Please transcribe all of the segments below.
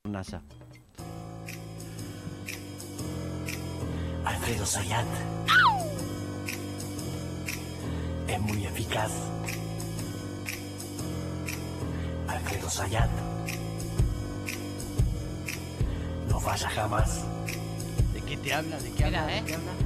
NASA. Alfredo Zayat es muy eficaz. Alfredo Zayat no falla jamás. ¿De qué te habla? ¿De qué habla? Mira, ¿De qué habla?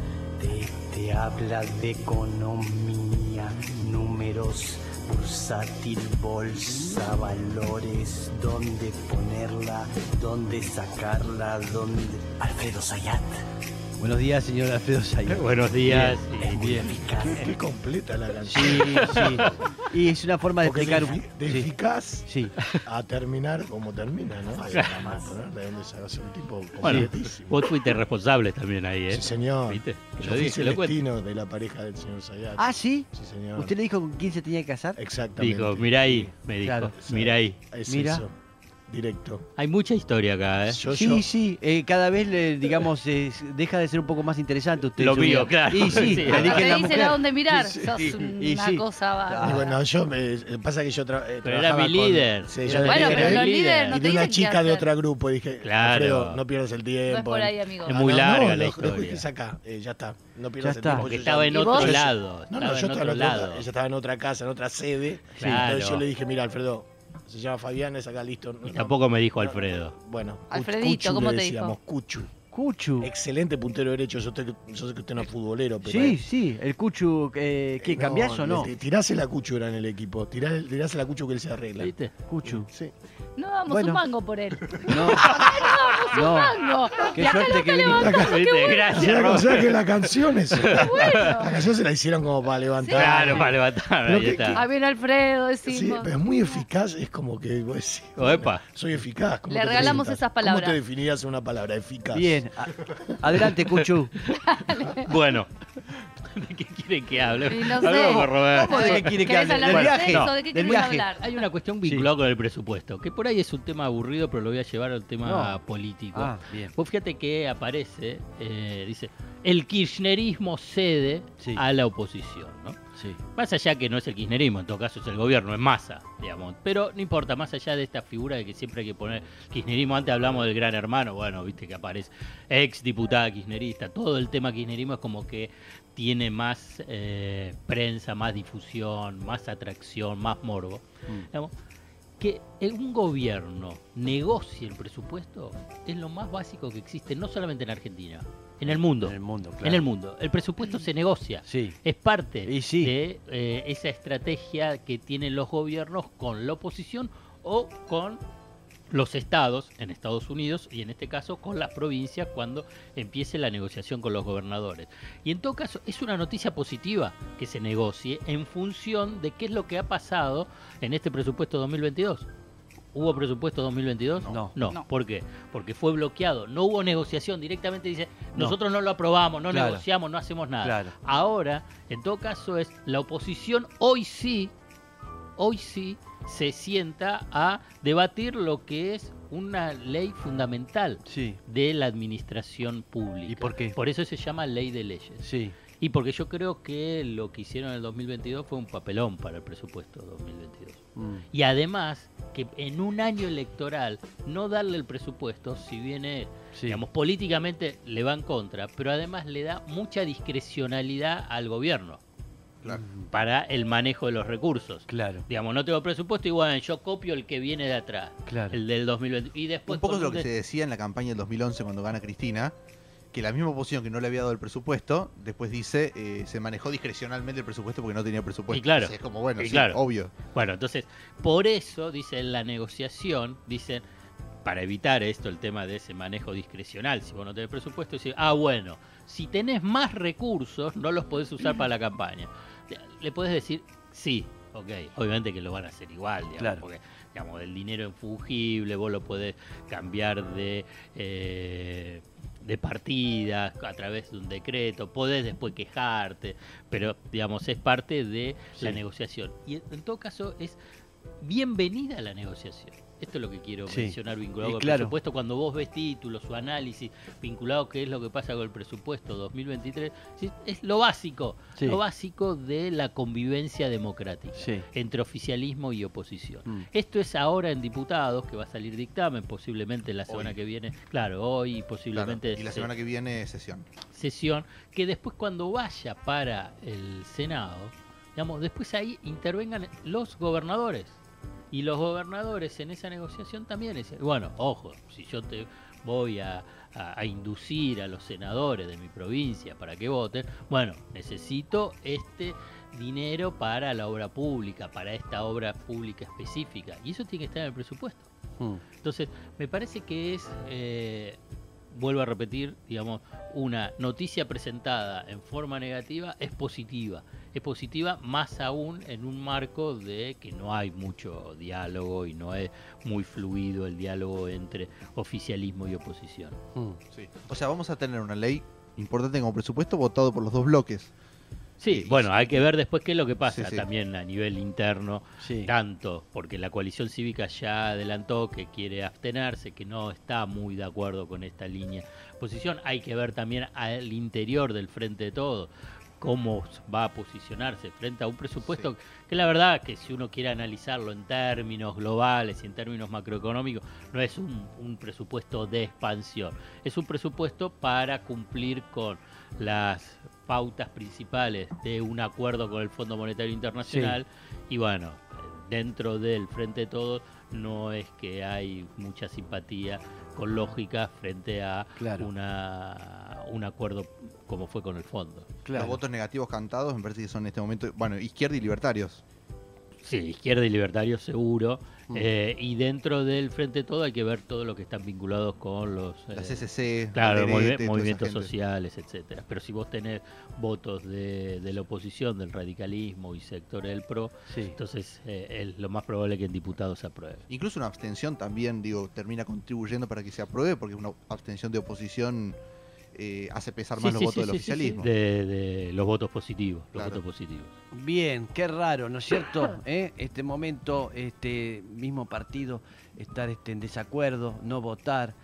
Te habla de economía, números, bursátil, bolsa, valores, dónde ponerla, dónde sacarla, dónde... Alfredo Zayat. Buenos días, señor Alfredo Zayat. Buenos días. Es muy bien. eficaz. Qué completa la canción. Sí, sí. Y es una forma de Porque explicar... de Sí. eficaz Sí. a terminar como termina, ¿no? Jamás. ¿De dónde sacas un tipo Bueno, completísimo? vos fuiste responsable también ahí, ¿eh? Sí, señor. ¿Viste? Yo Lo fui dije, lo cuento. celestino de la pareja del señor Zayat. Ah, ¿sí? Sí, señor. ¿Usted le dijo con quién se tenía que casar? Exactamente. Dijo, mirá ahí, me dijo. Claro. Mirá ahí. Es Mira. eso. Directo. Hay mucha historia acá, ¿eh? Sí. Cada vez, digamos, deja de ser un poco más interesante usted. Lo su mío, vida. claro. Y sí, Sí. eligen Te la dicen mujer. a dónde mirar. Sí, Sos sí. Y una sí. cosa bárbara. Y bueno, pasa que yo Pero trabajaba era mi líder. Sí, Era yo mi Bueno, líder. pero los Era mi líderes no y te de una dicen qué chica de hacer. otro grupo y dije, Claro. Alfredo, no pierdas el tiempo. No es por ahí, amigo. Es muy larga la lo historia. dejes acá, ya está. No pierdas Ya el está. tiempo. Porque yo estaba en ¿Y otro vos? lado. No, Estaba yo en estaba otro lado. ella estaba en otra casa, en otra sede. Claro. Entonces yo le dije, mira, Alfredo, se llama Fabián, es acá, listo. Y tampoco me dijo Alfredo. Bueno, Alfredito, Cuchu ¿cómo le te decíamos, dijo? Cuchu. Cuchu. Excelente puntero derecho. Yo sé que usted no es futbolero, pero. Sí, el Cuchu, ¿qué, cambiás o no? Tirásela a Cuchu era en el equipo. Tirásela a Cuchu que él se arregla. ¿Viste? Cuchu. Sí. No damos Bueno. un mango por él. No, Un mango. qué Y acá suerte no que te viniste. levantás. ¿Viste? O Gracias, sea, Robert. que la canción es. Bueno. La canción se la hicieron como para levantar. Claro, para levantar. Pero Ahí que- está. Ah, bien Alfredo, Sí, decimos. pero es muy eficaz, es como que vos decís, Oepa. soy eficaz. ¿cómo Le te regalamos presentas? esas palabras. ¿Cómo te definirías en una palabra? Eficaz. Bien. Adelante, Cuchu. Bueno. ¿De qué quieren que hable? Y no sé. Hablamos, Roberto. ¿Cómo de qué quiere que ¿Querés hable? hablar Del de viaje. sexo? ¿De qué Del querés viaje. hablar? Hay una cuestión vinculada con el presupuesto, que por ahí es un tema aburrido, pero lo voy a llevar al tema No. político. Ah, bien. Vos fíjate que aparece, dice, el kirchnerismo cede Sí. a la oposición, ¿no? Sí. Más allá que no es el kirchnerismo, en todo caso es el gobierno, es Massa, digamos. Pero no importa, más allá de esta figura de que siempre hay que poner kirchnerismo, antes hablamos del gran hermano, bueno, viste que aparece ex diputada kirchnerista, todo el tema kirchnerismo es como que tiene más prensa, más difusión, más atracción, más morbo. Digamos, que un gobierno negocie el presupuesto es lo más básico que existe, no solamente en Argentina, en el mundo. En el mundo, claro. En el mundo. El presupuesto se negocia. Sí. Es parte Y sí. de esa estrategia que tienen los gobiernos con la oposición o con los estados en Estados Unidos y en este caso con las provincias cuando empiece la negociación con los gobernadores. Y en todo caso es una noticia positiva que se negocie en función de qué es lo que ha pasado en este presupuesto 2022. ¿Hubo presupuesto 2022? No. No. ¿Por qué? Porque fue bloqueado. No hubo negociación. Directamente dice, No. nosotros no lo aprobamos, no Claro. negociamos, no hacemos nada. Claro. Ahora, en todo caso, es la oposición hoy sí se sienta a debatir lo que es una ley fundamental Sí. de la administración pública. ¿Y por qué? Por eso se llama ley de leyes. Sí. Y porque yo creo que lo que hicieron en el 2022 fue un papelón para el presupuesto 2022. Y además, que en un año electoral no darle el presupuesto, si viene, Sí. digamos, políticamente le va en contra, pero además le da mucha discrecionalidad al gobierno para el manejo de los recursos. Claro. Digamos, no tengo presupuesto y bueno, yo copio el que viene de atrás, Claro. el del 2020. Y después Un poco con de lo un que de- se decía en la campaña del 2011 cuando gana Cristina, que la misma oposición que no le había dado el presupuesto, después dice, se manejó discrecionalmente el presupuesto porque no tenía presupuesto. Y claro. O sea, es como, bueno, Y sí, claro. obvio. Bueno, entonces, por eso, dice en la negociación, dicen, para evitar esto, el tema de ese manejo discrecional, si vos no tenés presupuesto, dice, bueno, si tenés más recursos, no los podés usar para la campaña. Le podés decir, sí, ok, obviamente que lo van a hacer igual, digamos, Claro. porque digamos, el dinero infungible, vos lo podés cambiar de partidas a través de un decreto, podés después quejarte, pero digamos, es parte de la Sí. negociación. Y en todo caso es bienvenida la negociación. esto es lo que quiero Sí. mencionar vinculado Y con el claro. presupuesto, cuando vos ves títulos o análisis vinculado a qué es lo que pasa con el presupuesto 2023, sí, es lo básico de la convivencia democrática Sí. entre oficialismo y oposición. Mm. Esto es ahora en diputados, que va a salir dictamen, posiblemente la semana Hoy. que viene, claro, hoy, Claro, posiblemente y la semana que viene sesión. sesión, que después cuando vaya para el Senado, digamos, después ahí intervengan los gobernadores. Y los gobernadores en esa negociación también dicen, bueno, ojo, si yo te voy a inducir a los senadores de mi provincia para que voten, bueno, necesito este dinero para la obra pública, para esta obra pública específica. Y eso tiene que estar en el presupuesto. Mm. Entonces, me parece que es, vuelvo a repetir, digamos, una noticia presentada en forma negativa es positiva. Es positiva más aún en un marco de que no hay mucho diálogo y no es muy fluido el diálogo entre oficialismo y oposición. Mm. Sí. O sea, vamos a tener una ley importante como presupuesto votado por los dos bloques. Sí, bueno, hay que ver después qué es lo que pasa Sí, sí. también a nivel interno, Sí. tanto porque la coalición cívica ya adelantó que quiere abstenerse, que no está muy de acuerdo con esta línea de posición. Hay que ver también al interior del Frente de Todos cómo va a posicionarse frente a un presupuesto que la verdad que si uno quiere analizarlo en términos globales y en términos macroeconómicos, no es un presupuesto de expansión, es un presupuesto para cumplir con las pautas principales de un acuerdo con el Fondo Monetario Internacional y bueno, dentro del Frente de Todos no es que hay mucha simpatía con lógica frente a Claro. un acuerdo como fue con el fondo. Claro. Los votos negativos cantados me parece que son en este momento, bueno, izquierda y libertarios. Sí, izquierda y libertario seguro. Mm. Y dentro del Frente de Todo hay que ver todo lo que están vinculados con los La CCC, claro, Alderete, toda esa movimientos gente. sociales, etcétera. Pero si vos tenés votos de la oposición, del radicalismo y sectores del PRO, Sí. entonces es lo más probable que en diputados se apruebe. Incluso una abstención también, digo, termina contribuyendo para que se apruebe, porque una abstención de oposición hace pesar más los votos del oficialismo. De los votos positivos, los Claro. votos positivos. Bien, qué raro, ¿no es cierto? Este momento, este mismo partido estar en desacuerdo, no votar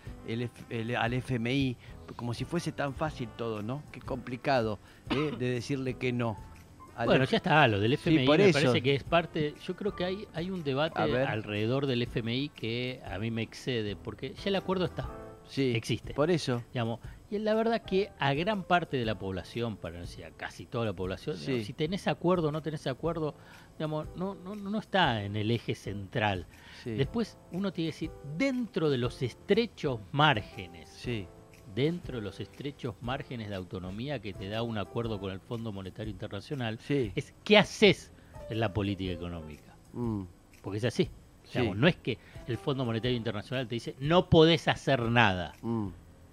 al FMI, como si fuese tan fácil todo, ¿no? Qué complicado de decirle que no. Bueno, ya está, lo del FMI por me eso. parece que es parte, yo creo que hay un debate A ver. alrededor del FMI que a mí me excede, porque ya el acuerdo está, Sí, existe. por eso. Digamos, y la verdad que a gran parte de la población, para no decir a casi toda la población, Sí. digamos, si tenés acuerdo o no tenés acuerdo, digamos, no está en el eje central. Sí, Después uno tiene que decir, dentro de los estrechos márgenes, sí, dentro de los estrechos márgenes de autonomía que te da un acuerdo con el Fondo Monetario Internacional, sí. es qué haces en la política económica. Mm, Porque es así. Sí. Digamos, no es que el Fondo Monetario Internacional te dice, no podés hacer nada. mm.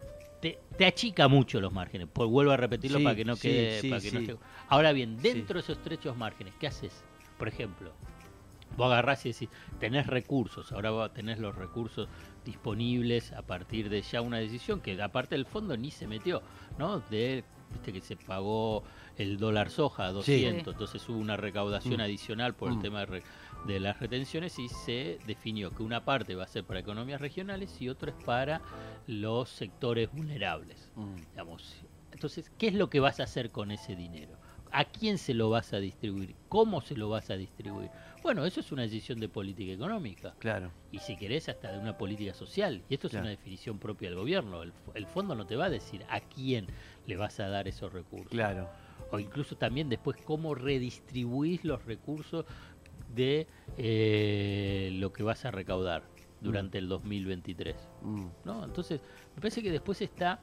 Te achica mucho los márgenes. Pues vuelvo a repetirlo Sí, para que no sí, quede. sí, para que no sí. esté- Ahora bien, dentro de esos estrechos márgenes, ¿qué haces? Por ejemplo, vos agarrás y decís, tenés recursos, ahora tenés los recursos disponibles a partir de ya una decisión que aparte del fondo ni se metió, ¿no? Viste que se pagó el dólar soja a 200, Sí. entonces hubo una recaudación Mm. adicional por el Mm. tema de las retenciones y se definió que una parte va a ser para economías regionales y otra es para los sectores vulnerables. Mm. Digamos. Entonces, ¿qué es lo que vas a hacer con ese dinero? ¿A quién se lo vas a distribuir? ¿Cómo se lo vas a distribuir? Bueno, eso es una decisión de política económica. Claro, Y si querés, hasta de una política social. Y esto Claro. es una definición propia del gobierno. El fondo no te va a decir a quién le vas a dar esos recursos. claro. O incluso también después cómo redistribuís los recursos de lo que vas a recaudar durante el 2023. Mm, ¿No? Entonces, me parece que después está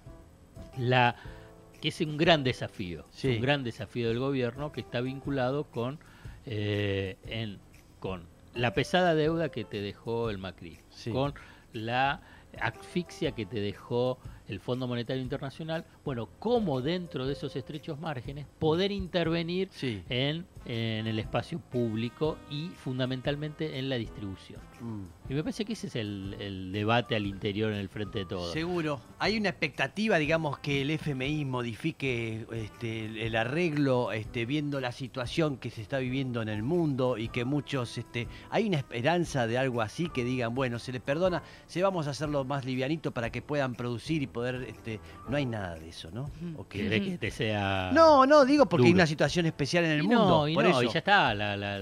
que es un gran desafío, Sí. es un gran desafío del gobierno que está vinculado con la pesada deuda que te dejó el Macri, Sí. con la asfixia que te dejó el Fondo Monetario Internacional, bueno, cómo dentro de esos estrechos márgenes poder intervenir Sí. en el espacio público y fundamentalmente en la distribución. Y me parece que ese es el debate al interior en el frente de todos. Seguro. Hay una expectativa, digamos, que el FMI modifique el arreglo, viendo la situación que se está viviendo en el mundo y que muchos, hay una esperanza de algo así que digan, bueno, se les perdona, vamos a hacerlo más livianito para que puedan producir y poder, no hay nada de eso, ¿no? ¿O qué? ¿Querés que te sea No, digo porque hay duro? una situación especial en el Y mundo, no, por eso. y ya está,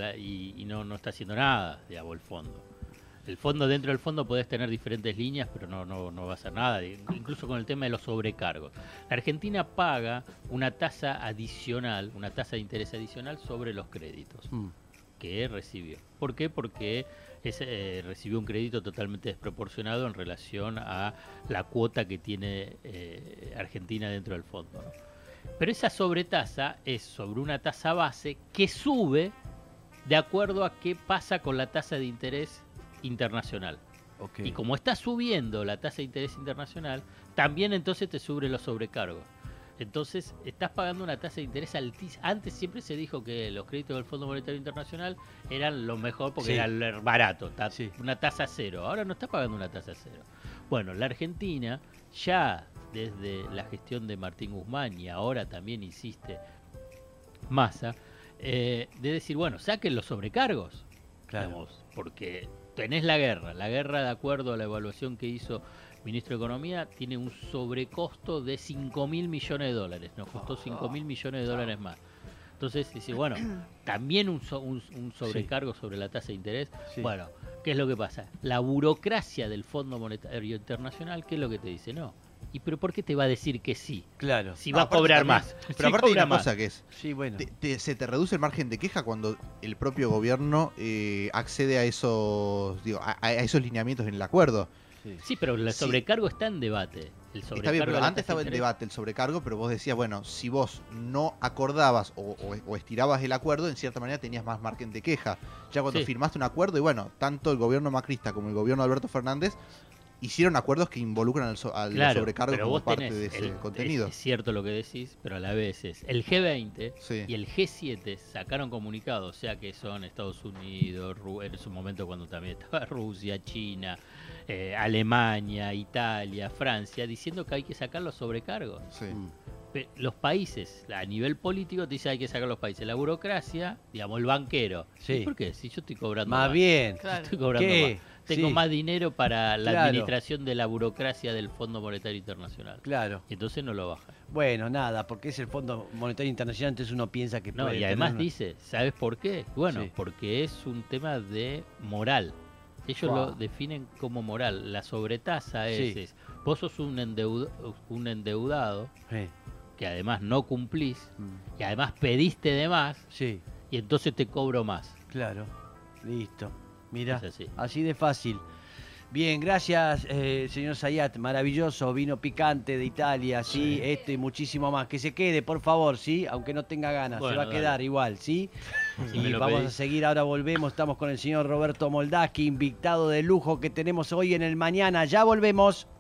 y no está haciendo nada, digamos, el fondo. El fondo, dentro del fondo podés tener diferentes líneas, pero no va a hacer nada, incluso con el tema de los sobrecargos. La Argentina paga una tasa adicional, una tasa de interés adicional sobre los créditos que recibió. ¿Por qué? Porque recibió un crédito totalmente desproporcionado en relación a la cuota que tiene Argentina dentro del fondo, ¿no? Pero esa sobretasa es sobre una tasa base que sube de acuerdo a qué pasa con la tasa de interés internacional. Ok. Y como está subiendo la tasa de interés internacional, también entonces te suben los sobrecargos. Entonces estás pagando una tasa de interés altísima. Antes siempre se dijo que los créditos del Fondo Monetario Internacional eran lo mejor porque Sí. era barato, Sí. una tasa cero. Ahora no está pagando una tasa cero. Bueno, la Argentina ya desde la gestión de Martín Guzmán y ahora también insiste Massa, de decir, bueno, saquen los sobrecargos. Claro. Digamos, porque tenés la guerra de acuerdo a la evaluación que hizo el ministro de Economía, tiene un sobrecosto de 5.000 millones de dólares, nos costó 5.000 millones de dólares más. Entonces dice, bueno, también un sobrecargo sobre la tasa de interés. Sí. Bueno, ¿qué es lo que pasa? La burocracia del Fondo Monetario Internacional, ¿qué es lo que te dice? No. ¿Y pero por qué te va a decir que sí? Claro. Si No, va a aparte cobrar también- más. Pero Si aparte hay cobra una más. cosa que es, Sí, bueno. se te reduce el margen de queja cuando el propio gobierno accede a esos, a esos lineamientos en el acuerdo. Sí. Sí, pero el Sí. sobrecargo está en debate. El Está bien, sobrecargo pero de la antes tasa estaba de en interés. debate el sobrecargo, pero vos decías, bueno, si vos no acordabas o estirabas el acuerdo, en cierta manera tenías más margen de queja. Ya cuando Sí. firmaste un acuerdo, y bueno, tanto el gobierno macrista como el gobierno de Alberto Fernández hicieron acuerdos que involucran al Claro, sobrecargo pero como vos parte tenés de ese el- contenido. Es cierto lo que decís, pero a la vez es el G20 Sí. y el G7 sacaron comunicados, o sea que son Estados Unidos, en su momento cuando también estaba Rusia, China, Alemania, Italia, Francia, diciendo que hay que sacar los sobrecargos. Sí. Los países, a nivel político, te dice hay que sacar los países. La burocracia, digamos, el banquero. Sí. ¿Y por qué? Si yo estoy cobrando Más bien. Claro. Estoy cobrando ¿Qué? más. Tengo Sí. más dinero para la Claro. administración de la burocracia del Fondo Monetario Internacional. Claro. Y entonces no lo bajan. Bueno, nada, porque es el Fondo Monetario Internacional, entonces uno piensa que No, puede y además tener una- dice, ¿sabes por qué? Bueno, Sí. porque es un tema de moral. Ellos Fua. lo definen como moral. La sobretasa Sí. es vos sos un endeudado Sí. que además no cumplís Mm. y además pediste de más Sí, y entonces te cobro más. claro. Listo. Mira, Es así. así de fácil. Bien, gracias, señor Zayat. Maravilloso, vino picante de Italia, ¿sí? Esto y muchísimo más. Que se quede, por favor, ¿sí? Aunque no tenga ganas, se Bueno, va a quedar dale. igual, ¿sí? Si Y me lo vamos pedís. a seguir, ahora volvemos. Estamos con el señor Roberto Moldaski, invitado de lujo que tenemos hoy en el mañana. Ya volvemos.